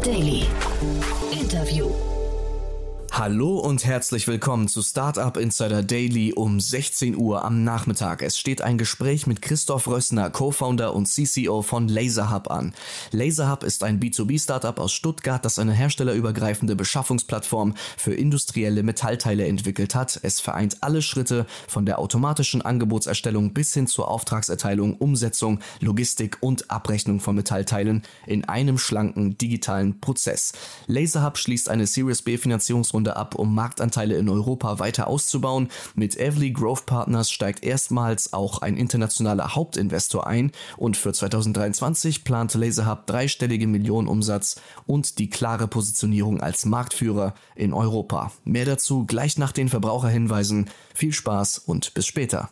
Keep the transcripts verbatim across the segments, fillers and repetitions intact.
Daily. Interview. Hallo und herzlich willkommen zu Startup Insider Daily um sechzehn Uhr am Nachmittag. Es steht ein Gespräch mit Christoph Rössner, Co-Founder und C C O von LaserHub an. LaserHub ist ein B zwei B-Startup aus Stuttgart, das eine herstellerübergreifende Beschaffungsplattform für industrielle Metallteile entwickelt hat. Es vereint alle Schritte von der automatischen Angebotserstellung bis hin zur Auftragserteilung, Umsetzung, Logistik und Abrechnung von Metallteilen in einem schlanken digitalen Prozess. LaserHub schließt eine Series B Finanzierungsrunde ab, um Marktanteile in Europa weiter auszubauen. Mit Evely Growth Partners steigt erstmals auch ein internationaler Hauptinvestor ein und für zwanzig dreiundzwanzig plant LaserHub dreistellige Millionenumsatz und die klare Positionierung als Marktführer in Europa. Mehr dazu gleich nach den Verbraucherhinweisen. Viel Spaß und bis später.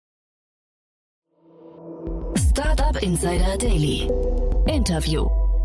Startup Insider Daily. Interview.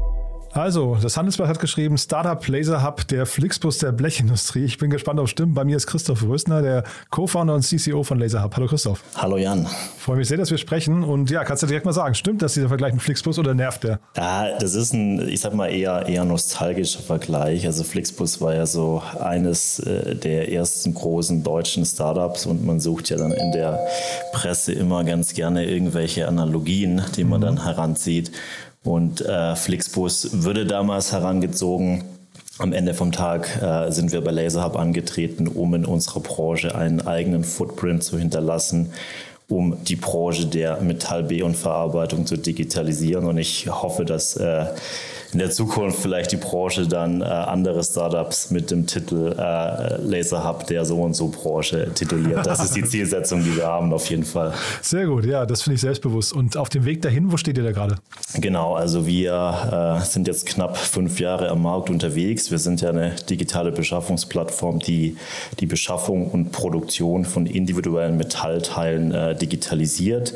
Also, das Handelsblatt hat geschrieben, Startup LaserHub, der Flixbus der Blechindustrie. Ich bin gespannt auf Stimmen. Bei mir ist Christoph Rössner, der Co-Founder und C C O von LaserHub. Hallo Christoph. Hallo Jan. Freue mich sehr, dass wir sprechen. Und ja, kannst du direkt mal sagen, stimmt das, dieser Vergleich mit Flixbus, oder nervt der? Ja, das ist ein, ich sag mal, eher, eher nostalgischer Vergleich. Also Flixbus war ja so eines äh, der ersten großen deutschen Startups und man sucht ja dann in der Presse immer ganz gerne irgendwelche Analogien, die man mhm. dann heranzieht. Und äh, Flixbus würde damals herangezogen. Am Ende vom Tag äh, sind wir bei LaserHub angetreten, um in unserer Branche einen eigenen Footprint zu hinterlassen, um die Branche der Metall-B- und Verarbeitung zu digitalisieren. Und ich hoffe, dass äh, in der Zukunft vielleicht die Branche dann äh, andere Startups mit dem Titel äh, LaserHub der so und so Branche tituliert. Das ist die Zielsetzung, die wir haben, auf jeden Fall. Sehr gut, ja, das finde ich selbstbewusst. Und auf dem Weg dahin, wo steht ihr da gerade? Genau, also wir äh, sind jetzt knapp fünf Jahre am Markt unterwegs. Wir sind ja eine digitale Beschaffungsplattform, die die Beschaffung und Produktion von individuellen Metallteilen äh, digitalisiert.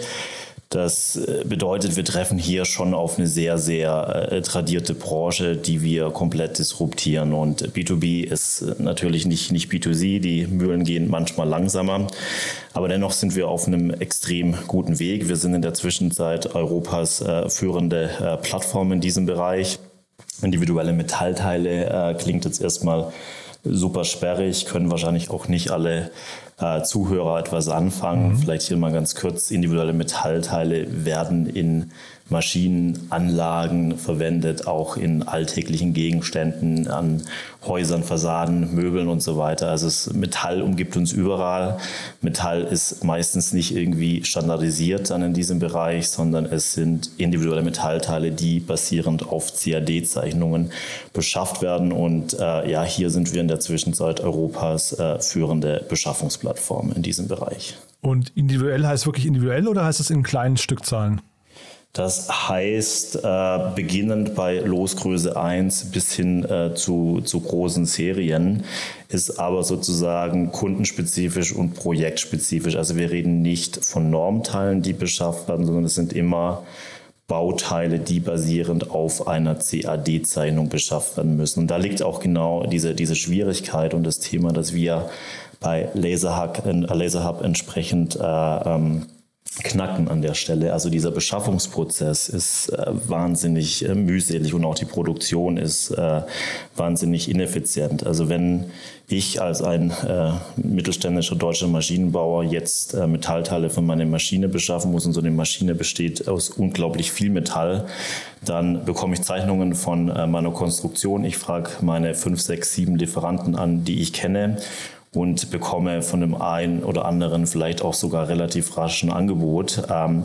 Das bedeutet, wir treffen hier schon auf eine sehr, sehr äh, tradierte Branche, die wir komplett disruptieren. Und B zwei B ist natürlich nicht, nicht B zwei C, die Mühlen gehen manchmal langsamer. Aber dennoch sind wir auf einem extrem guten Weg. Wir sind in der Zwischenzeit Europas äh, führende äh, Plattform in diesem Bereich. Individuelle Metallteile äh, klingt jetzt erstmal super sperrig, können wahrscheinlich auch nicht alle äh, Zuhörer etwas anfangen. Mhm. Vielleicht hier mal ganz kurz. Individuelle Metallteile werden in Maschinenanlagen verwendet, auch in alltäglichen Gegenständen, an Häusern, Fassaden, Möbeln und so weiter. Also das Metall umgibt uns überall. Metall ist meistens nicht irgendwie standardisiert dann in diesem Bereich, sondern es sind individuelle Metallteile, die basierend auf C A D-Zeichnungen beschafft werden. Und äh, ja, hier sind wir in der Zwischenzeit Europas äh, führende Beschaffungsplattform in diesem Bereich. Und individuell heißt wirklich individuell oder heißt es in kleinen Stückzahlen? Das heißt, äh, beginnend bei Losgröße eins bis hin äh, zu, zu großen Serien, ist aber sozusagen kundenspezifisch und projektspezifisch. Also wir reden nicht von Normteilen, die beschafft werden, sondern es sind immer Bauteile, die basierend auf einer C A D-Zeichnung beschafft werden müssen. Und da liegt auch genau diese, diese Schwierigkeit und das Thema, dass wir bei LaserHub, äh, LaserHub entsprechend äh, ähm, knacken an der Stelle. Also dieser Beschaffungsprozess ist äh, wahnsinnig äh, mühselig und auch die Produktion ist äh, wahnsinnig ineffizient. Also wenn ich als ein äh, mittelständischer deutscher Maschinenbauer jetzt äh, Metallteile für meine Maschine beschaffen muss und so eine Maschine besteht aus unglaublich viel Metall, dann bekomme ich Zeichnungen von äh, meiner Konstruktion. Ich frage meine fünf, sechs, sieben Lieferanten an, die ich kenne, und bekomme von dem einen oder anderen vielleicht auch sogar relativ rasch ein Angebot. Ähm,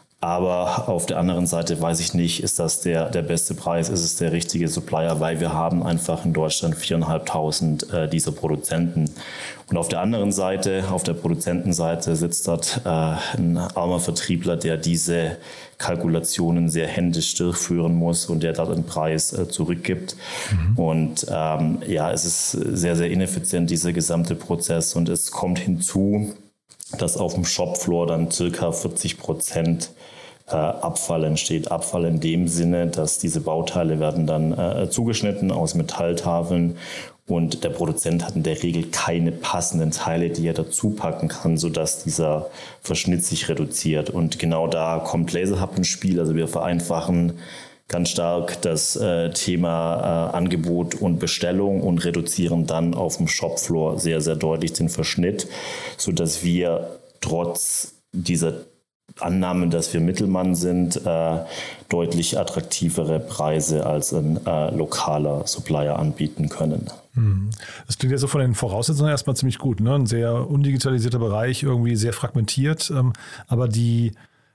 aber auf der anderen Seite weiß ich nicht, ist das der, der beste Preis, ist es der richtige Supplier, weil wir haben einfach in Deutschland viertausendfünfhundert äh, dieser Produzenten. Und auf der anderen Seite, auf der Produzentenseite sitzt dort äh, ein armer Vertriebler, der diese Kalkulationen sehr händisch durchführen muss und der dort einen Preis äh, zurückgibt. Mhm. Und ähm, ja, es ist sehr, sehr ineffizient, dieser gesamte Prozess. Und es kommt hinzu, dass auf dem Shopfloor dann circa vierzig Prozent äh, Abfall entsteht. Abfall in dem Sinne, dass diese Bauteile werden dann äh, zugeschnitten aus Metalltafeln und der Produzent hat in der Regel keine passenden Teile, die er dazu packen kann, sodass dieser Verschnitt sich reduziert. Und genau da kommt LaserHub ins Spiel. Also wir vereinfachen ganz stark das äh, Thema äh, Angebot und Bestellung und reduzieren dann auf dem Shopfloor sehr, sehr deutlich den Verschnitt, sodass wir trotz dieser Annahme, dass wir Mittelmann sind, äh, deutlich attraktivere Preise als ein äh, lokaler Supplier anbieten können. Das klingt ja so von den Voraussetzungen erstmal ziemlich gut, ne? Ein sehr undigitalisierter Bereich, irgendwie sehr fragmentiert, ähm, aber die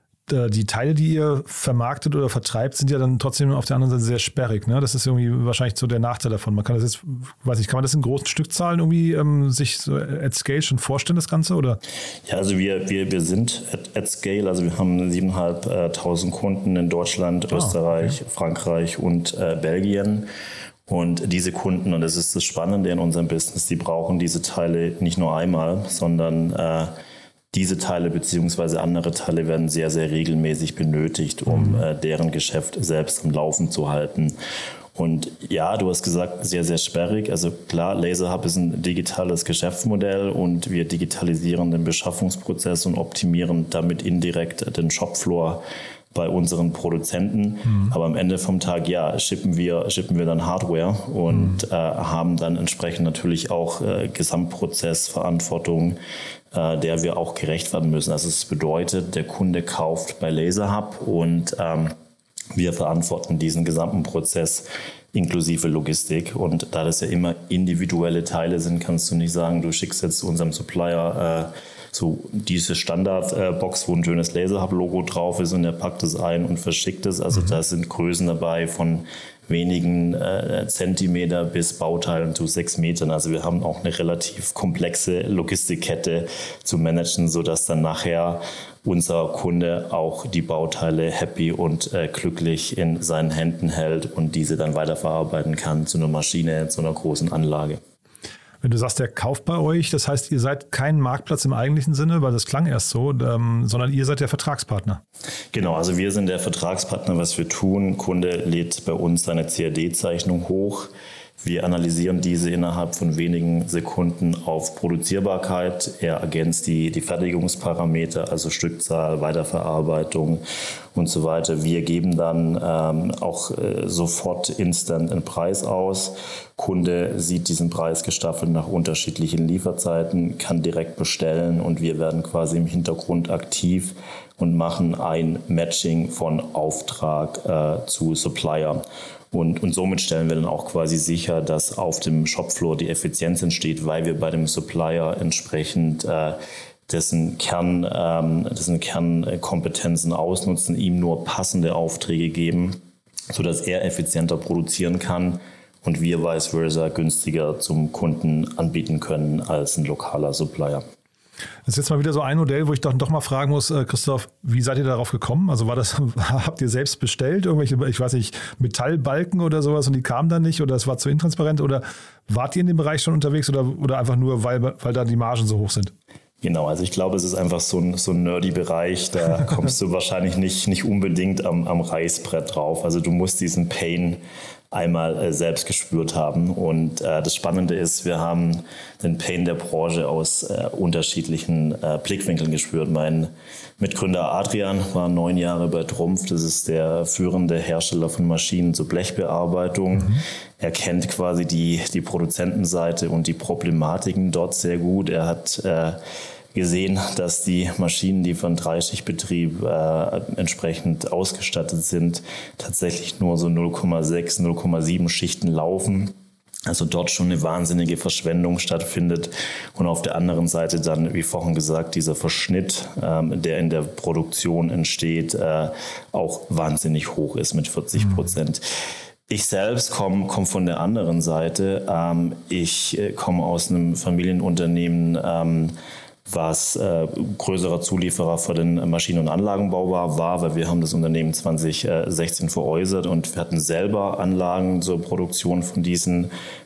Die Teile, die ihr vermarktet oder vertreibt, sind ja dann trotzdem auf der anderen Seite sehr sperrig. Ne? Das ist irgendwie wahrscheinlich so der Nachteil davon. Man kann das jetzt, weiß nicht, kann man das in großen Stückzahlen irgendwie ähm, sich so at scale schon vorstellen, das Ganze? Oder? Ja, also wir, wir, wir sind at, at scale, also wir haben siebeneinhalbtausend Kunden in Deutschland, oh, Österreich, okay. Frankreich und äh, Belgien. Und diese Kunden, und das ist das Spannende in unserem Business, die brauchen diese Teile nicht nur einmal, sondern äh, diese Teile bzw. andere Teile werden sehr, sehr regelmäßig benötigt, um mhm. äh, deren Geschäft selbst am Laufen zu halten. Und ja, du hast gesagt, sehr, sehr sperrig. Also klar, LaserHub ist ein digitales Geschäftsmodell und wir digitalisieren den Beschaffungsprozess und optimieren damit indirekt den Shopfloor bei unseren Produzenten. Mhm. Aber am Ende vom Tag, ja, shippen wir, shippen wir dann Hardware und mhm. äh, haben dann entsprechend natürlich auch äh, Gesamtprozessverantwortung, äh, der wir auch gerecht werden müssen. Also es bedeutet, der Kunde kauft bei LaserHub und ähm, wir verantworten diesen gesamten Prozess inklusive Logistik. Und da das ja immer individuelle Teile sind, kannst du nicht sagen, du schickst jetzt zu unserem Supplier äh, so diese Standardbox, wo ein schönes LaserHub-Logo drauf ist und er packt es ein und verschickt es. Also mhm. da sind Größen dabei von wenigen äh, Zentimeter bis Bauteilen zu sechs Metern. Also wir haben auch eine relativ komplexe Logistikkette zu managen, sodass dann nachher unser Kunde auch die Bauteile happy und äh, glücklich in seinen Händen hält und diese dann weiterverarbeiten kann zu einer Maschine, zu einer großen Anlage. Wenn du sagst, der kauft bei euch, das heißt, ihr seid kein Marktplatz im eigentlichen Sinne, weil das klang erst so, ähm, sondern ihr seid der Vertragspartner. Genau, also wir sind der Vertragspartner, was wir tun. Kunde lädt bei uns seine C A D-Zeichnung hoch. Wir analysieren diese innerhalb von wenigen Sekunden auf Produzierbarkeit. Er ergänzt die, die Fertigungsparameter, also Stückzahl, Weiterverarbeitung und so weiter. Wir geben dann ähm, auch äh, sofort instant einen Preis aus. Kunde sieht diesen Preis gestaffelt nach unterschiedlichen Lieferzeiten, kann direkt bestellen und wir werden quasi im Hintergrund aktiv und machen ein Matching von Auftrag äh, zu Supplier. Und, und somit stellen wir dann auch quasi sicher, dass auf dem Shopfloor die Effizienz entsteht, weil wir bei dem Supplier entsprechend äh, dessen, Kern, ähm, dessen Kernkompetenzen ausnutzen, ihm nur passende Aufträge geben, sodass er effizienter produzieren kann und wir vice versa günstiger zum Kunden anbieten können als ein lokaler Supplier. Das ist jetzt mal wieder so ein Modell, wo ich doch, doch mal fragen muss, äh, Christoph, wie seid ihr darauf gekommen? Also war das, habt ihr selbst bestellt, irgendwelche, ich weiß nicht, Metallbalken oder sowas und die kamen dann nicht oder es war zu intransparent oder wart ihr in dem Bereich schon unterwegs oder, oder einfach nur, weil, weil da die Margen so hoch sind? Genau, also ich glaube, es ist einfach so ein, so ein nerdy Bereich, da kommst du wahrscheinlich nicht, nicht unbedingt am, am Reißbrett drauf. Also du musst diesen Pain einmal äh, selbst gespürt haben. Und äh, das Spannende ist, wir haben den Pain der Branche aus äh, unterschiedlichen äh, Blickwinkeln gespürt. Mein Mitgründer Adrian war neun Jahre bei Trumpf. Das ist der führende Hersteller von Maschinen zur Blechbearbeitung. Mhm. Er kennt quasi die, die Produzentenseite und die Problematiken dort sehr gut. Er hat äh, gesehen, dass die Maschinen, die von Dreischichtbetrieb äh, entsprechend ausgestattet sind, tatsächlich nur so null Komma sechs, null Komma sieben Schichten laufen. Also dort schon eine wahnsinnige Verschwendung stattfindet. Und auf der anderen Seite dann, wie vorhin gesagt, dieser Verschnitt, ähm, der in der Produktion entsteht, äh, auch wahnsinnig hoch ist mit vierzig Prozent. Mhm. Ich selbst komme komm von der anderen Seite. Ähm, ich äh, komme aus einem Familienunternehmen, ähm, was äh, größerer Zulieferer für den Maschinen- und Anlagenbau war, war, weil wir haben das Unternehmen zwanzig sechzehn veräußert und wir hatten selber Anlagen zur Produktion von diesen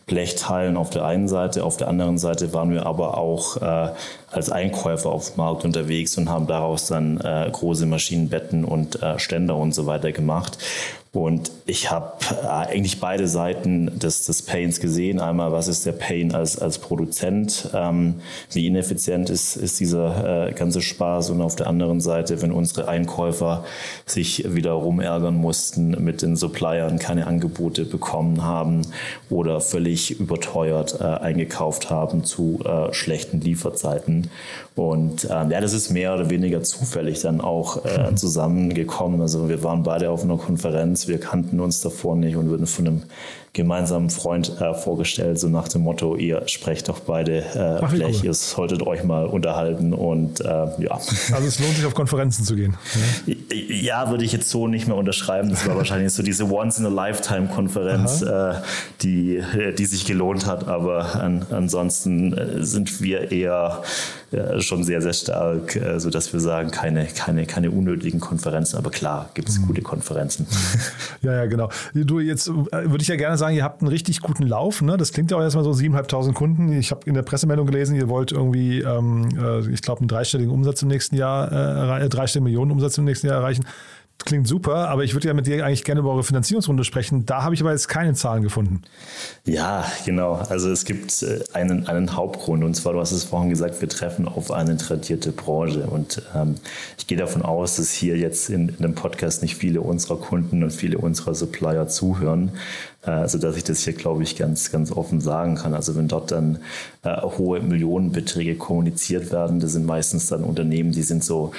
Blechteilen auf der einen Seite. Auf der anderen Seite waren wir aber auch äh, als Einkäufer auf dem Markt unterwegs und haben daraus dann äh, große Maschinenbetten und äh, Ständer und so weiter gemacht. Und ich habe äh, eigentlich beide Seiten des, des Pains gesehen. Einmal, was ist der Pain als, als Produzent? Ähm, wie ineffizient ist, ist dieser äh, ganze Spaß? Und auf der anderen Seite, wenn unsere Einkäufer sich wieder rumärgern mussten mit den Suppliern, keine Angebote bekommen haben oder völlig überteuert äh, eingekauft haben zu äh, schlechten Lieferzeiten. Und ähm, ja, das ist mehr oder weniger zufällig dann auch äh, zusammengekommen. Also wir waren beide auf einer Konferenz, wir kannten uns davor nicht und wurden von einem gemeinsamen Freund äh, vorgestellt, so nach dem Motto, ihr sprecht doch beide äh, Ach, Blech, cool. ihr solltet euch mal unterhalten und äh, ja. Also es lohnt sich, auf Konferenzen zu gehen. Ja. ja, würde ich jetzt so nicht mehr unterschreiben. Das war wahrscheinlich so diese Once-in-a-Lifetime-Konferenz, äh, die, die sich gelohnt hat, aber an, ansonsten äh, sind wir eher äh, schon sehr, sehr stark, äh, sodass wir sagen, keine, keine, keine unnötigen Konferenzen, aber klar, gibt es mhm. gute Konferenzen. Ja, ja, genau. Du, jetzt würde ich ja gerne sagen, ihr habt einen richtig guten Lauf. Ne? Das klingt ja auch erstmal so siebentausendfünfhundert Kunden. Ich habe in der Pressemeldung gelesen, ihr wollt irgendwie, ähm, ich glaube, einen dreistelligen Umsatz im nächsten Jahr, äh, dreistelligen Millionen Umsatz im nächsten Jahr erreichen. Klingt super, aber ich würde ja mit dir eigentlich gerne über eure Finanzierungsrunde sprechen. Da habe ich aber jetzt keine Zahlen gefunden. Ja, genau. Also es gibt einen, einen Hauptgrund, und zwar, du hast es vorhin gesagt, wir treffen auf eine tradierte Branche. Und ähm, ich gehe davon aus, dass hier jetzt in, in dem Podcast nicht viele unserer Kunden und viele unserer Supplier zuhören, äh, sodass ich das hier, glaube ich, ganz, ganz offen sagen kann. Also wenn dort dann äh, hohe Millionenbeträge kommuniziert werden, das sind meistens dann Unternehmen, die sind so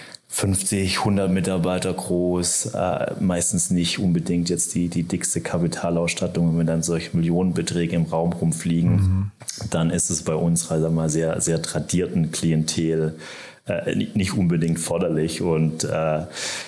fünfzig, hundert Mitarbeiter groß, äh, meistens nicht unbedingt jetzt die, die dickste Kapitalausstattung. Wenn dann solche Millionenbeträge im Raum rumfliegen, mhm. dann ist es bei uns halt mal sehr, sehr tradierten Klientel äh, nicht unbedingt förderlich und äh,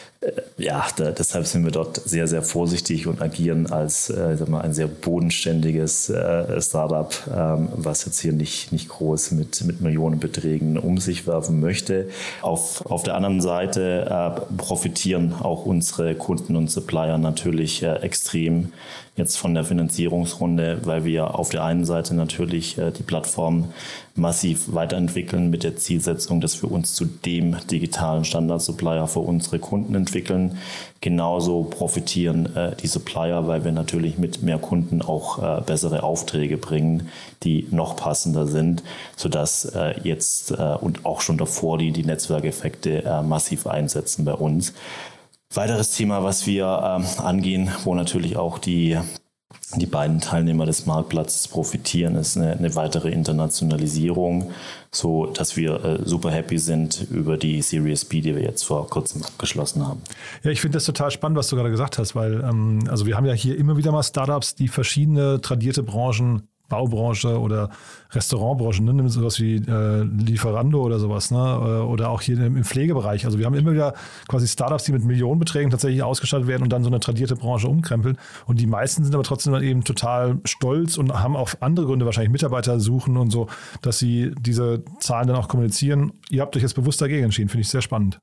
ja, da, deshalb sind wir dort sehr, sehr vorsichtig und agieren als äh, sag mal, ein sehr bodenständiges äh, Startup, ähm, was jetzt hier nicht, nicht groß mit, mit Millionenbeträgen um sich werfen möchte. Auf, auf der anderen Seite äh, profitieren auch unsere Kunden und Supplier natürlich äh, extrem jetzt von der Finanzierungsrunde, weil wir auf der einen Seite natürlich äh, die Plattform massiv weiterentwickeln mit der Zielsetzung, dass wir uns zu dem digitalen Standard-Supplier für unsere Kunden entwickeln. Genauso profitieren äh, die Supplier, weil wir natürlich mit mehr Kunden auch äh, bessere Aufträge bringen, die noch passender sind, sodass äh, jetzt äh, und auch schon davor die, die Netzwerkeffekte äh, massiv einsetzen bei uns. Weiteres Thema, was wir ähm, angehen, wo natürlich auch die, die beiden Teilnehmer des Marktplatzes profitieren, ist eine, eine weitere Internationalisierung, so dass wir äh, super happy sind über die Series B, die wir jetzt vor kurzem abgeschlossen haben. Ja, ich finde das total spannend, was du gerade gesagt hast, weil ähm, also wir haben ja hier immer wieder mal Startups, die verschiedene tradierte Branchen, Baubranche oder Restaurantbranche, ne? Nimm sowas wie äh, Lieferando oder sowas, ne? Oder auch hier im Pflegebereich. Also wir haben immer wieder quasi Startups, die mit Millionenbeträgen tatsächlich ausgestattet werden und dann so eine tradierte Branche umkrempeln. Und die meisten sind aber trotzdem dann eben total stolz und haben auch andere Gründe, wahrscheinlich Mitarbeiter suchen und so, dass sie diese Zahlen dann auch kommunizieren. Ihr habt euch jetzt bewusst dagegen entschieden, finde ich sehr spannend.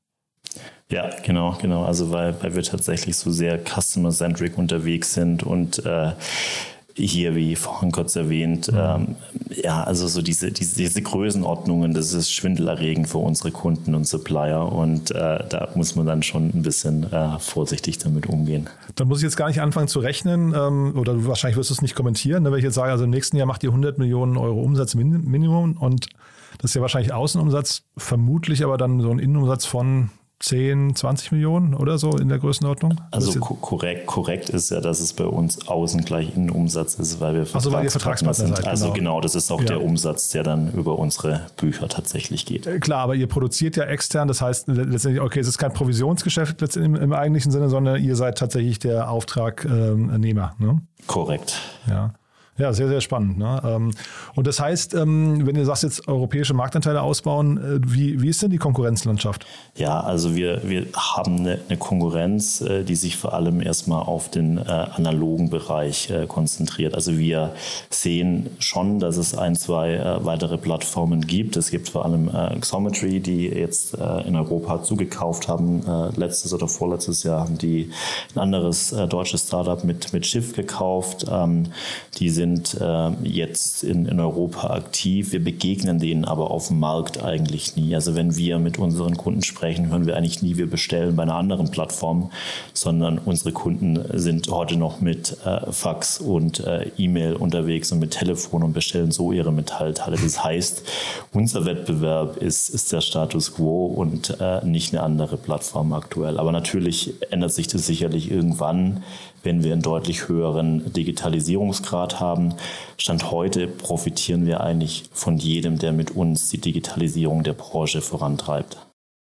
Ja, genau, genau. Also weil, weil wir tatsächlich so sehr customer-centric unterwegs sind und äh, hier, wie vorhin kurz erwähnt, mhm. ähm, ja, also so diese, diese, diese Größenordnungen, das ist schwindelerregend für unsere Kunden und Supplier und äh, da muss man dann schon ein bisschen äh, vorsichtig damit umgehen. Dann muss ich jetzt gar nicht anfangen zu rechnen ähm, oder du wahrscheinlich wirst du es nicht kommentieren, ne, wenn ich jetzt sage, also im nächsten Jahr macht ihr hundert Millionen Euro Umsatz Minimum und das ist ja wahrscheinlich Außenumsatz, vermutlich aber dann so ein Innenumsatz von zehn, zwanzig Millionen oder so in der Größenordnung? Also ko- korrekt, korrekt ist ja, dass es bei uns außen gleich Innenumsatz ist, weil wir also, weil ihr Vertragspartner sind. Seid, also genau. genau, das ist auch ja. der Umsatz, der dann über unsere Bücher tatsächlich geht. Klar, aber ihr produziert ja extern, das heißt letztendlich, okay, es ist kein Provisionsgeschäft im, im eigentlichen Sinne, sondern ihr seid tatsächlich der Auftragnehmer. Ne? Korrekt. Ja. Ja, sehr, sehr spannend. Ne? Und das heißt, wenn du sagst jetzt europäische Marktanteile ausbauen, wie, wie ist denn die Konkurrenzlandschaft? Ja, also wir, wir haben eine, eine Konkurrenz, die sich vor allem erstmal auf den äh, analogen Bereich äh, konzentriert. Also wir sehen schon, dass es ein, zwei äh, weitere Plattformen gibt. Es gibt vor allem äh, Xometry, die jetzt äh, in Europa zugekauft haben. Äh, letztes oder vorletztes Jahr haben die ein anderes äh, deutsches Startup mit, mit Schiff gekauft. Ähm, die sind sind äh, jetzt in, in Europa aktiv. Wir begegnen denen aber auf dem Markt eigentlich nie. Also wenn wir mit unseren Kunden sprechen, hören wir eigentlich nie, wir bestellen bei einer anderen Plattform, sondern unsere Kunden sind heute noch mit äh, Fax und äh, E-Mail unterwegs und mit Telefon und bestellen so ihre Metallteile. Das heißt, unser Wettbewerb ist, ist der Status quo und äh, nicht eine andere Plattform aktuell. Aber natürlich ändert sich das sicherlich irgendwann, wenn wir einen deutlich höheren Digitalisierungsgrad haben. Stand heute profitieren wir eigentlich von jedem, der mit uns die Digitalisierung der Branche vorantreibt.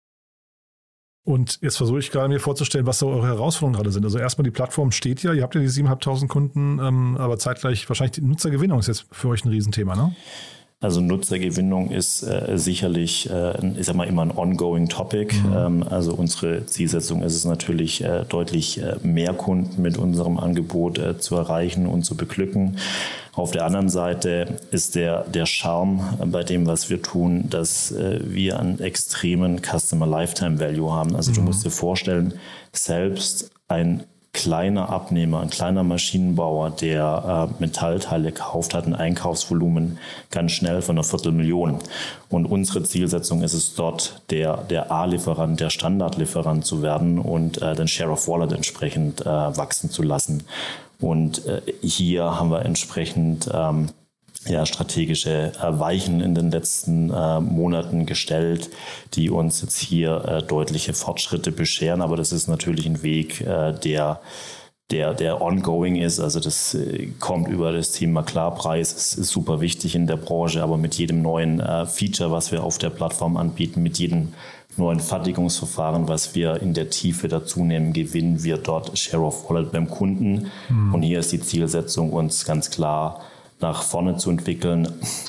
Und jetzt versuche ich gerade mir vorzustellen, was so eure Herausforderungen gerade sind. Also erstmal die Plattform steht ja, ihr habt ja die siebentausendfünfhundert Kunden, ähm, aber zeitgleich wahrscheinlich die Nutzergewinnung ist jetzt für euch ein Riesenthema, ne? Also Nutzergewinnung ist äh, sicherlich, äh, ich sag mal, immer ein ongoing Topic. Mhm. Ähm, also unsere Zielsetzung ist es natürlich, äh, deutlich äh, mehr Kunden mit unserem Angebot äh, zu erreichen und zu beglücken. Auf der anderen Seite ist der, der Charme bei dem, was wir tun, dass äh, wir einen extremen Customer Lifetime Value haben. Also mhm. du musst dir vorstellen, selbst ein kleiner Abnehmer, ein kleiner Maschinenbauer, der äh, Metallteile kauft, hat ein Einkaufsvolumen ganz schnell von einer Viertelmillion. Und unsere Zielsetzung ist es dort, der, der A-Lieferant, der Standardlieferant zu werden und äh, den Share of Wallet entsprechend äh, wachsen zu lassen. Und äh, hier haben wir entsprechend ähm, ja, strategische Weichen in den letzten äh, Monaten gestellt, die uns jetzt hier äh, deutliche Fortschritte bescheren. Aber das ist natürlich ein Weg, äh, der, der, der ongoing ist. Also das äh, kommt über das Thema Klarpreis. Es ist super wichtig in der Branche, aber mit jedem neuen äh, Feature, was wir auf der Plattform anbieten, mit jedem neuen Fertigungsverfahren, was wir in der Tiefe dazu nehmen, gewinnen wir dort Share of Wallet beim Kunden. Mhm. Und hier ist die Zielsetzung, uns ganz klar nach vorne zu entwickeln,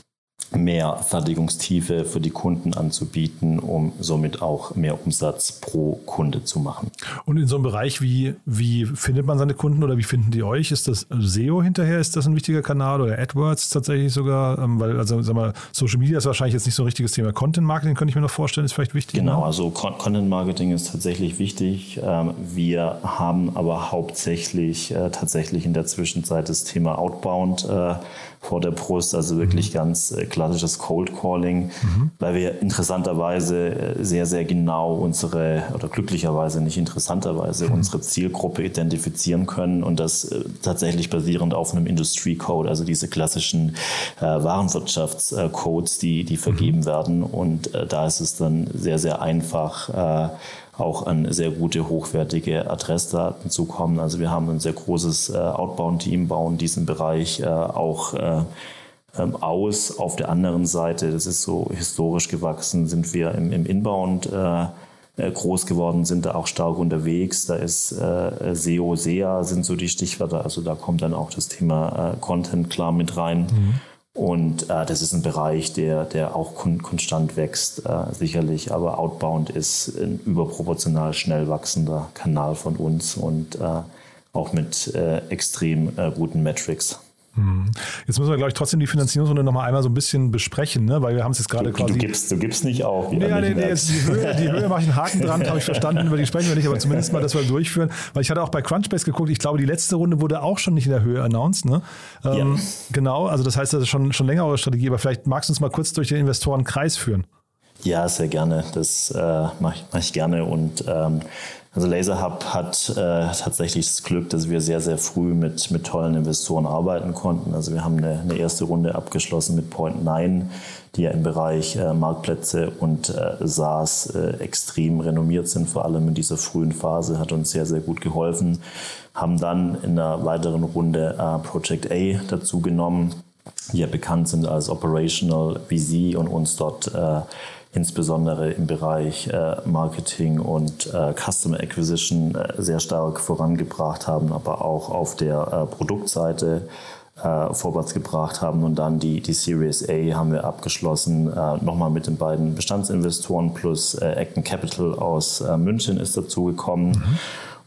mehr Fertigungstiefe für die Kunden anzubieten, um somit auch mehr Umsatz pro Kunde zu machen. Und in so einem Bereich, wie, wie findet man seine Kunden oder wie finden die euch? Ist das S E O hinterher? Ist das ein wichtiger Kanal oder AdWords tatsächlich sogar? Weil, also sag mal, Social Media ist wahrscheinlich jetzt nicht so ein richtiges Thema. Content Marketing könnte ich mir noch vorstellen, ist vielleicht wichtig. Genau, ne? Also Content Marketing ist tatsächlich wichtig. Wir haben aber hauptsächlich tatsächlich in der Zwischenzeit das Thema Outbound vor der Brust, also wirklich mhm. ganz äh, klassisches Cold Calling, mhm. weil wir interessanterweise äh, sehr, sehr genau unsere, oder glücklicherweise nicht interessanterweise, mhm. unsere Zielgruppe identifizieren können und das äh, tatsächlich basierend auf einem Industry Code, also diese klassischen äh, Warenwirtschaftscodes, die, die vergeben mhm. werden und äh, da ist es dann sehr, sehr einfach, äh, auch an sehr gute, hochwertige Adressdaten zu kommen. Also wir haben ein sehr großes äh, Outbound-Team, bauen diesen Bereich äh, auch äh, ähm, aus. Auf der anderen Seite, das ist so historisch gewachsen, sind wir im, im Inbound äh, groß geworden, sind da auch stark unterwegs. Da ist äh, S E O, S E A sind so die Stichwörter. Also da kommt dann auch das Thema äh, Content klar mit rein. Mhm. Und äh, das ist ein Bereich, der, der auch kon- konstant wächst, äh, sicherlich. Aber Outbound ist ein überproportional schnell wachsender Kanal von uns und äh, auch mit äh, extrem äh, guten Metrics. Jetzt müssen wir, glaube ich, trotzdem die Finanzierungsrunde noch mal einmal so ein bisschen besprechen, ne? Weil wir haben es jetzt gerade du, quasi... Du gibst, du gibst nicht auf. Nee, nee, nee, jetzt die Höhe, die Höhe mache ich einen Haken dran, habe ich verstanden, über die sprechen wir nicht, aber zumindest mal, dass wir durchführen. Weil ich hatte auch bei Crunchbase geguckt, ich glaube, die letzte Runde wurde auch schon nicht in der Höhe announced, ne? Ähm, ja. Genau, also das heißt, das ist schon, schon länger eure Strategie, aber vielleicht magst du uns mal kurz durch den Investorenkreis führen. Ja, sehr gerne. Das äh, mache ich, mach ich gerne und ähm, also LaserHub hat äh, tatsächlich das Glück, dass wir sehr, sehr früh mit, mit tollen Investoren arbeiten konnten. Also wir haben eine, eine erste Runde abgeschlossen mit Point neun, die ja im Bereich äh, Marktplätze und äh, SaaS äh, extrem renommiert sind, vor allem in dieser frühen Phase, hat uns sehr, sehr gut geholfen. Haben dann in einer weiteren Runde äh, Project A dazu genommen, die ja bekannt sind als Operational V C und uns dort äh, insbesondere im Bereich äh, Marketing und äh, Customer Acquisition äh, sehr stark vorangebracht haben, aber auch auf der äh, Produktseite äh, vorwärts gebracht haben. Und dann die, die Series A haben wir abgeschlossen, äh, nochmal mit den beiden Bestandsinvestoren plus äh, Acton Capital aus äh, München ist dazugekommen. Mhm.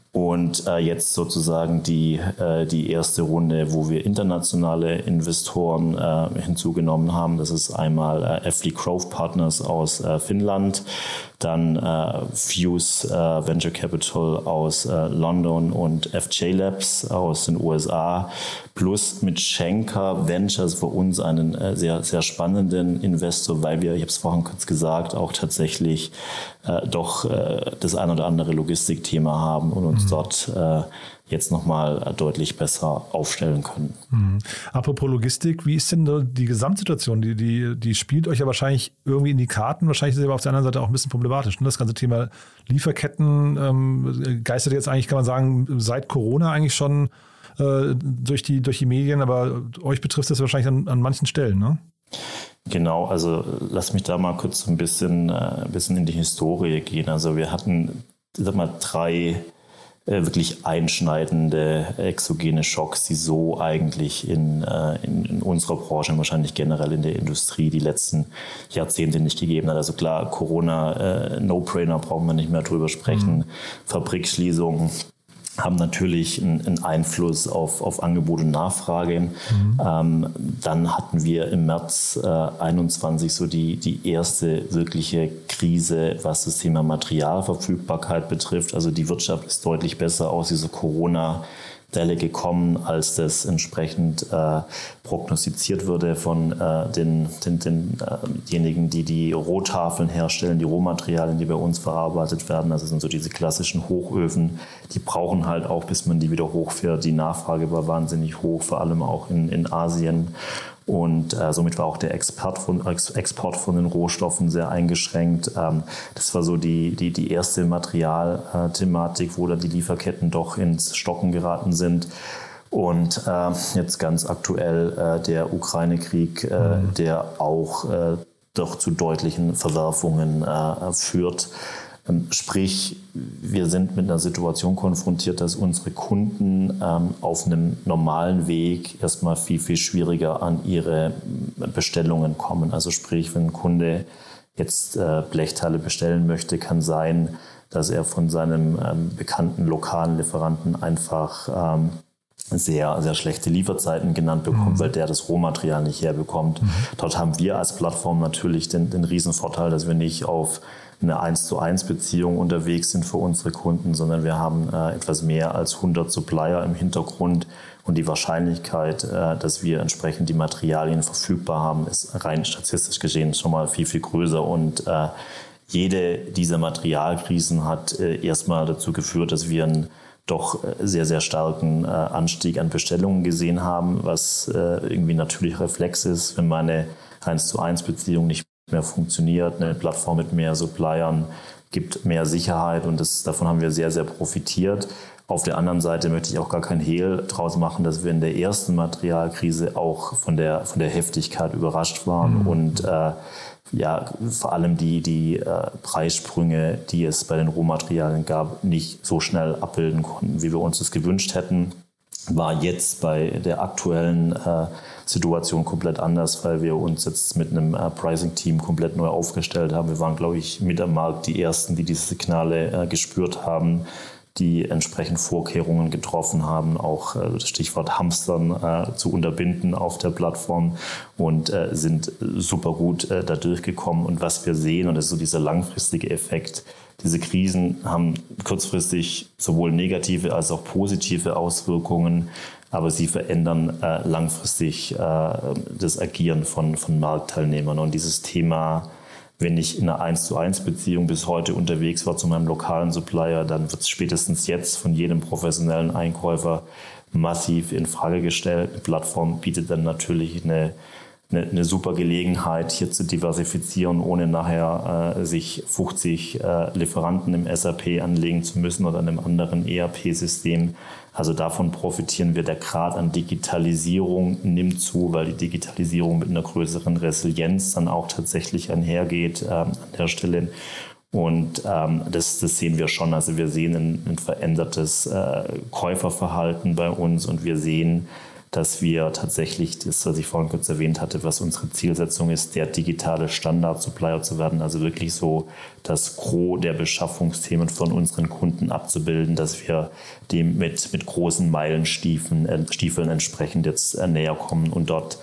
Und äh, jetzt sozusagen die, äh, die erste Runde, wo wir internationale Investoren äh, hinzugenommen haben. Das ist einmal äh, F D Growth Partners aus äh, Finnland dann äh, Fuse äh, Venture Capital aus äh, London und F J Labs aus den U S A, plus mit Schenker Ventures für uns einen äh, sehr, sehr spannenden Investor, weil wir, ich habe es vorhin kurz gesagt, auch tatsächlich äh, doch äh, das ein oder andere Logistikthema haben und uns mhm. dort äh, jetzt nochmal deutlich besser aufstellen können. Mhm. Apropos Logistik, wie ist denn die Gesamtsituation? Die, die, die spielt euch ja wahrscheinlich irgendwie in die Karten. Wahrscheinlich ist es aber auf der anderen Seite auch ein bisschen problematisch. Ne? Das ganze Thema Lieferketten ähm, geistert jetzt eigentlich, kann man sagen, seit Corona eigentlich schon äh, durch, die, durch die Medien, aber euch betrifft das wahrscheinlich an, an manchen Stellen, ne? Genau, also lass mich da mal kurz ein bisschen, äh, ein bisschen in die Historie gehen. Also wir hatten, ich sag mal, drei wirklich einschneidende exogene Schocks, die so eigentlich in, in, in unserer Branche und wahrscheinlich generell in der Industrie die letzten Jahrzehnte nicht gegeben hat. Also klar, Corona, äh, No-Brainer, brauchen wir nicht mehr drüber sprechen. Mhm. Fabrikschließungen haben natürlich einen Einfluss auf, auf Angebot und Nachfrage. Mhm. Ähm, dann hatten wir im März äh, einundzwanzig so die, die erste wirkliche Krise, was das Thema Materialverfügbarkeit betrifft. Also die Wirtschaft ist deutlich besser aus dieser Corona- Delle gekommen, als das entsprechend äh, prognostiziert wurde von äh, den, den, den, äh, denjenigen, die die Rohtafeln herstellen, die Rohmaterialien, die bei uns verarbeitet werden. Also das sind so diese klassischen Hochöfen. Die brauchen halt auch, bis man die wieder hochfährt. Die Nachfrage war wahnsinnig hoch, vor allem auch in, in Asien. Und äh, somit war auch der Export von, Export von den Rohstoffen sehr eingeschränkt. Ähm, das war so die, die, die erste Materialthematik, wo da die Lieferketten doch ins Stocken geraten sind. Und äh, jetzt ganz aktuell äh, der Ukraine-Krieg, äh, mhm. der auch äh, doch zu deutlichen Verwerfungen äh, führt. Sprich, wir sind mit einer Situation konfrontiert, dass unsere Kunden ähm, auf einem normalen Weg erstmal viel, viel schwieriger an ihre Bestellungen kommen. Also sprich, wenn ein Kunde jetzt äh, Blechteile bestellen möchte, kann sein, dass er von seinem ähm, bekannten lokalen Lieferanten einfach ähm, sehr, sehr schlechte Lieferzeiten genannt bekommt, mhm. weil der das Rohmaterial nicht herbekommt. Mhm. Dort haben wir als Plattform natürlich den, den Riesenvorteil, dass wir nicht auf eine eins zu eins Beziehung unterwegs sind für unsere Kunden, sondern wir haben äh, etwas mehr als hundert Supplier im Hintergrund und die Wahrscheinlichkeit, äh, dass wir entsprechend die Materialien verfügbar haben, ist rein statistisch gesehen schon mal viel, viel größer und äh, jede dieser Materialkrisen hat äh, erstmal dazu geführt, dass wir einen doch sehr, sehr starken äh, Anstieg an Bestellungen gesehen haben, was äh, irgendwie natürlich Reflex ist, wenn meine eins zu eins Beziehung nicht mehr funktioniert. Eine Plattform mit mehr Suppliern gibt mehr Sicherheit und das, davon haben wir sehr, sehr profitiert. Auf der anderen Seite möchte ich auch gar kein Hehl draus machen, dass wir in der ersten Materialkrise auch von der, von der Heftigkeit überrascht waren mhm. und äh, ja, vor allem die, die äh, Preissprünge, die es bei den Rohmaterialien gab, nicht so schnell abbilden konnten, wie wir uns das gewünscht hätten. War jetzt bei der aktuellen äh, Situation komplett anders, weil wir uns jetzt mit einem äh, Pricing-Team komplett neu aufgestellt haben. Wir waren, glaube ich, mit am Markt die Ersten, die diese Signale äh, gespürt haben, die entsprechend Vorkehrungen getroffen haben, auch äh, das Stichwort Hamstern äh, zu unterbinden auf der Plattform und äh, sind super gut äh, da durchgekommen. Und was wir sehen, und das ist so dieser langfristige Effekt, diese Krisen haben kurzfristig sowohl negative als auch positive Auswirkungen, aber sie verändern äh, langfristig äh, das Agieren von, von Marktteilnehmern. Und dieses Thema, wenn ich in einer eins zu eins Beziehung bis heute unterwegs war zu meinem lokalen Supplier, dann wird es spätestens jetzt von jedem professionellen Einkäufer massiv in Frage gestellt. Eine Plattform bietet dann natürlich eine Eine, eine super Gelegenheit, hier zu diversifizieren, ohne nachher äh, sich fünfzig äh, Lieferanten im S A P anlegen zu müssen oder einem anderen E R P-System. Also davon profitieren wir. Der Grad an Digitalisierung nimmt zu, weil die Digitalisierung mit einer größeren Resilienz dann auch tatsächlich einhergeht äh, an der Stelle. Und ähm, das, das sehen wir schon. Also wir sehen ein, ein verändertes äh, Käuferverhalten bei uns und wir sehen, dass wir tatsächlich, das, was ich vorhin kurz erwähnt hatte, was unsere Zielsetzung ist, der digitale Standard-Supplier zu werden, also wirklich so das Gros der Beschaffungsthemen von unseren Kunden abzubilden, dass wir dem mit, mit großen Meilenstiefeln äh, Stiefeln entsprechend jetzt äh, näher kommen und dort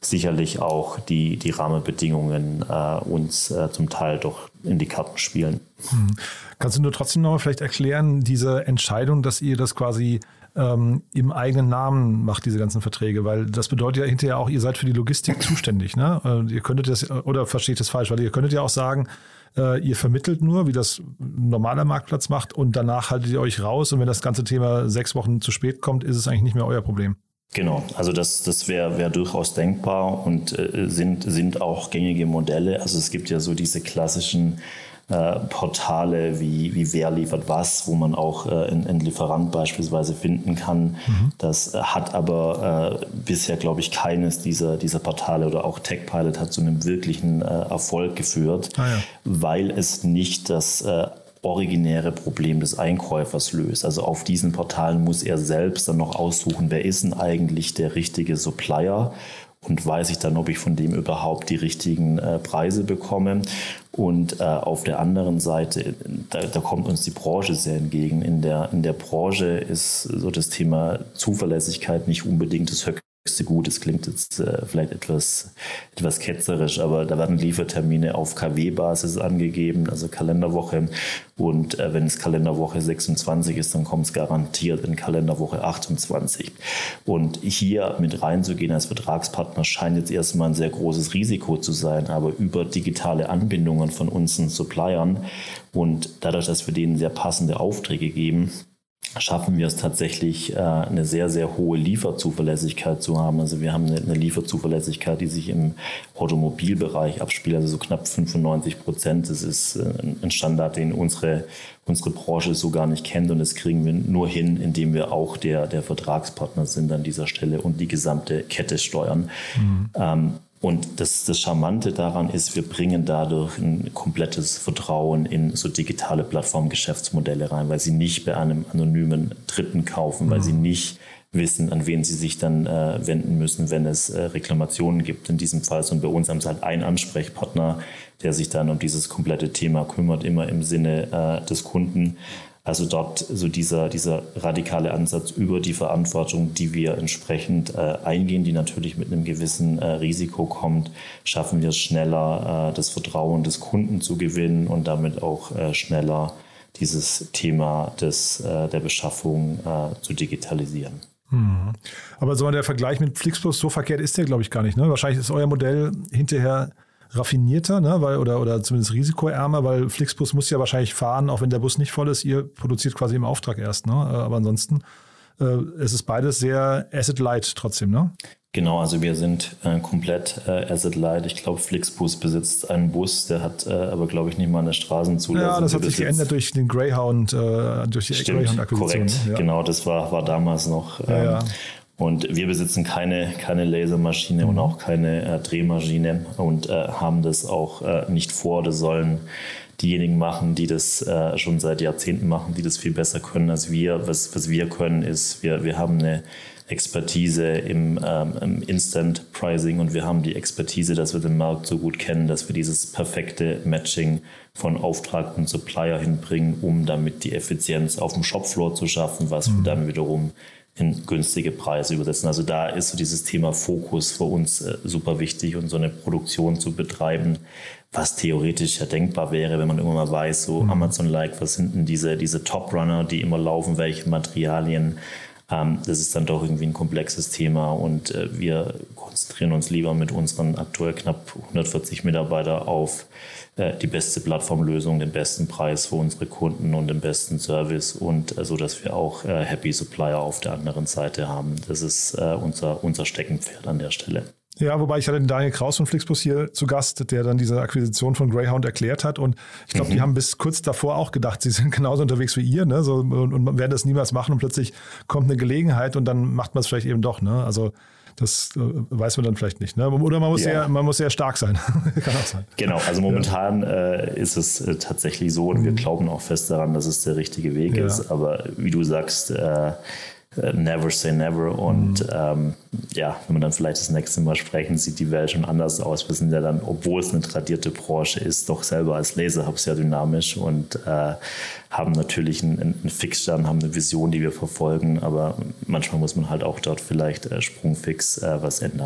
sicherlich auch die, die Rahmenbedingungen äh, uns äh, zum Teil doch in die Karten spielen. Hm. Kannst du nur trotzdem noch mal vielleicht erklären, diese Entscheidung, dass ihr das quasi ähm, im eigenen Namen macht, diese ganzen Verträge? Weil das bedeutet ja hinterher auch, ihr seid für die Logistik zuständig. Ne? Äh, ihr könntet das, oder versteht das falsch, weil ihr könntet ja auch sagen, äh, ihr vermittelt nur, wie das ein normaler Marktplatz macht, und danach haltet ihr euch raus, und wenn das ganze Thema sechs Wochen zu spät kommt, ist es eigentlich nicht mehr euer Problem. Genau, also das, das wäre wär durchaus denkbar und äh, sind, sind auch gängige Modelle. Also es gibt ja so diese klassischen äh, Portale wie, wie Wer liefert was, wo man auch äh, einen Lieferant beispielsweise finden kann. Mhm. Das hat aber äh, bisher, glaube ich, keines dieser, dieser Portale oder auch TechPilot hat zu einem wirklichen äh, Erfolg geführt, ah, ja. weil es nicht das äh, originäre Problem des Einkäufers löst. Also auf diesen Portalen muss er selbst dann noch aussuchen, wer ist denn eigentlich der richtige Supplier, und weiß ich dann, ob ich von dem überhaupt die richtigen äh, Preise bekomme. Und äh, auf der anderen Seite, da, da kommt uns die Branche sehr entgegen. In der, in der Branche ist so das Thema Zuverlässigkeit nicht unbedingt das höchste Gut. Es klingt jetzt äh, vielleicht etwas, etwas ketzerisch, aber da werden Liefertermine auf K W-Basis angegeben, also Kalenderwoche. Und äh, wenn es Kalenderwoche sechsundzwanzig ist, dann kommt es garantiert in Kalenderwoche achtundzwanzig. Und hier mit reinzugehen als Vertragspartner scheint jetzt erstmal ein sehr großes Risiko zu sein, aber über digitale Anbindungen von unseren Suppliern und dadurch, dass wir denen sehr passende Aufträge geben, schaffen wir es tatsächlich, eine sehr, sehr hohe Lieferzuverlässigkeit zu haben. Also wir haben eine Lieferzuverlässigkeit, die sich im Automobilbereich abspielt, also so knapp fünfundneunzig Prozent. Das ist ein Standard, den unsere, unsere Branche so gar nicht kennt, und das kriegen wir nur hin, indem wir auch der, der Vertragspartner sind an dieser Stelle und die gesamte Kette steuern. Mhm. Ähm, Und das, das Charmante daran ist, wir bringen dadurch ein komplettes Vertrauen in so digitale Plattformgeschäftsmodelle rein, weil sie nicht bei einem anonymen Dritten kaufen, mhm. weil sie nicht wissen, an wen sie sich dann äh, wenden müssen, wenn es äh, Reklamationen gibt in diesem Fall. Und bei uns haben sie halt einen Ansprechpartner, der sich dann um dieses komplette Thema kümmert, immer im Sinne äh, des Kunden. Also dort so dieser, dieser radikale Ansatz über die Verantwortung, die wir entsprechend äh, eingehen, die natürlich mit einem gewissen äh, Risiko kommt, schaffen wir es schneller, äh, das Vertrauen des Kunden zu gewinnen und damit auch äh, schneller dieses Thema des, äh, der Beschaffung äh, zu digitalisieren. Hm. Aber so der Vergleich mit Flixbus, so verkehrt ist der, glaube ich, gar nicht. Ne? Wahrscheinlich ist euer Modell hinterher raffinierter, ne? weil, oder, oder zumindest risikoärmer, weil Flixbus muss ja wahrscheinlich fahren, auch wenn der Bus nicht voll ist. Ihr produziert quasi im Auftrag erst. Ne? Aber ansonsten äh, es ist beides sehr asset-light trotzdem, ne? Genau, also wir sind äh, komplett äh, asset-light. Ich glaube, Flixbus besitzt einen Bus, der hat äh, aber, glaube ich, nicht mal eine Straßenzulassung. Ja, das hat sich geändert durch den Greyhound, äh, durch die Greyhound-Akquisition. Korrekt, ja. Genau, das war, war damals noch. Ähm, ja, ja. Und wir besitzen keine, keine Lasermaschine mhm. und auch keine äh, Drehmaschine und äh, haben das auch äh, nicht vor. Das sollen diejenigen machen, die das äh, schon seit Jahrzehnten machen, die das viel besser können als wir. Was, was wir können, ist, wir, wir haben eine Expertise im, ähm, im Instant Pricing und wir haben die Expertise, dass wir den Markt so gut kennen, dass wir dieses perfekte Matching von Auftrag und Supplier hinbringen, um damit die Effizienz auf dem Shopfloor zu schaffen, was mhm. wir dann wiederum in günstige Preise übersetzen. Also da ist so dieses Thema Fokus für uns äh, super wichtig und so eine Produktion zu betreiben, was theoretisch ja denkbar wäre, wenn man irgendwann mal weiß, so mhm. Amazon-like, was sind denn diese, diese Top-Runner, die immer laufen, welche Materialien. Ähm, das ist dann doch irgendwie ein komplexes Thema und äh, wir konzentrieren uns lieber mit unseren aktuell knapp hundertvierzig Mitarbeitern auf äh, die beste Plattformlösung, den besten Preis für unsere Kunden und den besten Service und äh, so, dass wir auch äh, Happy Supplier auf der anderen Seite haben. Das ist äh, unser, unser Steckenpferd an der Stelle. Ja, wobei ich hatte den Daniel Kraus von Flixbus hier zu Gast, der dann diese Akquisition von Greyhound erklärt hat. Und ich glaube, mhm. die haben bis kurz davor auch gedacht, sie sind genauso unterwegs wie ihr, ne? So, und, und werden das niemals machen. Und plötzlich kommt eine Gelegenheit und dann macht man es vielleicht eben doch. Ne? Also das äh, weiß man dann vielleicht nicht. Ne? Oder man muss, ja. sehr, man muss sehr stark sein. Kann auch sein. Genau, also momentan ja. äh, ist es äh, tatsächlich so und mhm. wir glauben auch fest daran, dass es der richtige Weg ja. ist. Aber wie du sagst, äh, never say never und mhm. ähm, ja, wenn man dann vielleicht das nächste Mal sprechen, sieht die Welt schon anders aus. Wir sind ja dann, obwohl es eine tradierte Branche ist, doch selber als Laserhub sehr dynamisch und äh, haben natürlich einen, einen Fixstern, haben eine Vision, die wir verfolgen, aber manchmal muss man halt auch dort vielleicht äh, sprungfix äh, was ändern.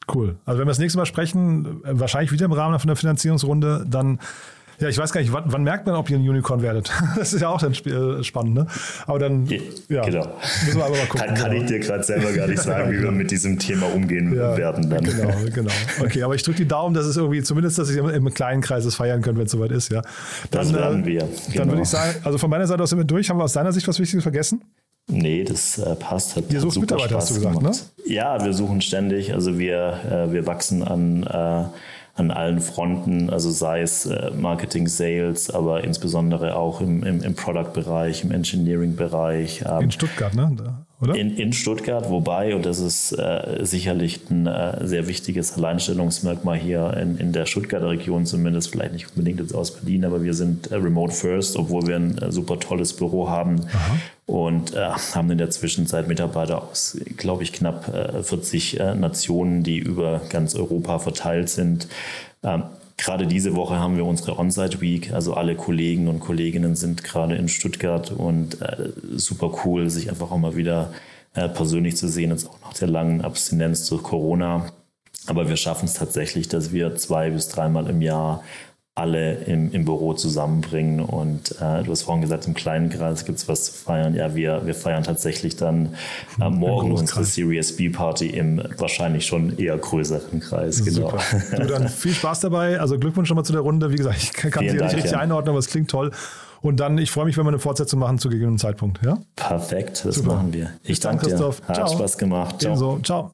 Cool. Also wenn wir das nächste Mal sprechen, wahrscheinlich wieder im Rahmen von der Finanzierungsrunde, dann, ja, ich weiß gar nicht, wann, wann merkt man, ob ihr ein Unicorn werdet? Das ist ja auch dann sp- spannend, ne? Aber dann, ja, genau. müssen wir aber mal gucken. Kann, kann genau. ich dir gerade selber gar nicht sagen, wie wir mit diesem Thema umgehen ja, werden dann. Genau, genau. Okay, aber ich drücke die Daumen, dass es irgendwie, zumindest, dass ihr im kleinen Kreis es feiern könnt, wenn es soweit ist, ja. Dann, das werden wir. Äh, genau. Dann würde ich sagen, also von meiner Seite aus sind wir durch. Haben wir aus deiner Sicht was Wichtiges vergessen? Nee, das äh, passt. Hat, Ihr sucht hat Mitarbeiter, Spaß hast du gesagt, gemacht. ne? Ja, wir suchen ständig. Also wir, äh, wir wachsen an, äh, an allen Fronten, also sei es äh, Marketing, Sales, aber insbesondere auch im, im, im Product-Bereich, im Engineering-Bereich. Ähm, In Stuttgart, ne? Da, oder? In, in Stuttgart, wobei, und das ist äh, sicherlich ein äh, sehr wichtiges Alleinstellungsmerkmal hier in, in der Stuttgarter Region, zumindest vielleicht nicht unbedingt jetzt aus Berlin, aber wir sind äh, remote first, obwohl wir ein äh, super tolles Büro haben. Aha. Und äh, haben in der Zwischenzeit Mitarbeiter aus, glaube ich, knapp äh, vierzig äh, Nationen, die über ganz Europa verteilt sind. Ähm, Gerade diese Woche haben wir unsere On-Site Week, also alle Kollegen und Kolleginnen sind gerade in Stuttgart und äh, super cool, sich einfach auch mal wieder äh, persönlich zu sehen, jetzt auch nach der langen Abstinenz durch Corona. Aber wir schaffen es tatsächlich, dass wir zwei bis dreimal im Jahr alle im, im Büro zusammenbringen und äh, du hast vorhin gesagt, im kleinen Kreis gibt es was zu feiern. Ja, wir, wir feiern tatsächlich dann äh, morgen unsere Series B Party im wahrscheinlich schon eher größeren Kreis. Genau. Du, dann viel Spaß dabei, also Glückwunsch nochmal zu der Runde. Wie gesagt, ich kann sie ja nicht richtig ja. einordnen, aber es klingt toll. Und dann, ich freue mich, wenn wir eine Fortsetzung machen zu gegebenem Zeitpunkt. Ja? Perfekt, das Super. machen wir. Ich danke dir. Christoph. Hat Ciao. Spaß gemacht. Ciao. Ebenso. Ciao.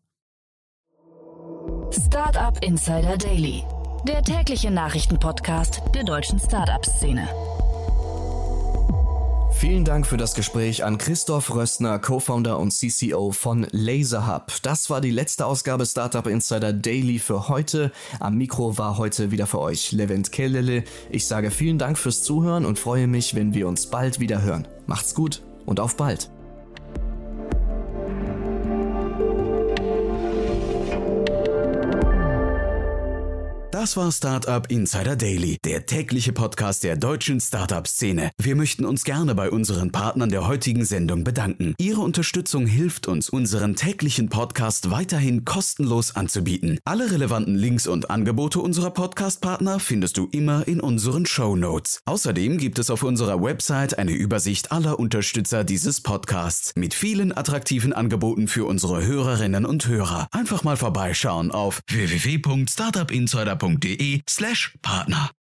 Startup Insider Daily, der tägliche Nachrichtenpodcast der deutschen Startup-Szene. Vielen Dank für das Gespräch an Christoph Rössner, Co-Founder und C C O von LaserHub. Das war die letzte Ausgabe Startup Insider Daily für heute. Am Mikro war heute wieder für euch Levent Kellele. Ich sage vielen Dank fürs Zuhören und freue mich, wenn wir uns bald wieder hören. Macht's gut und auf bald. Das war Startup Insider Daily, der tägliche Podcast der deutschen Startup-Szene. Wir möchten uns gerne bei unseren Partnern der heutigen Sendung bedanken. Ihre Unterstützung hilft uns, unseren täglichen Podcast weiterhin kostenlos anzubieten. Alle relevanten Links und Angebote unserer Podcast-Partner findest du immer in unseren Shownotes. Außerdem gibt es auf unserer Website eine Übersicht aller Unterstützer dieses Podcasts mit vielen attraktiven Angeboten für unsere Hörerinnen und Hörer. Einfach mal vorbeischauen auf w w w punkt startup insider punkt de slash Partner.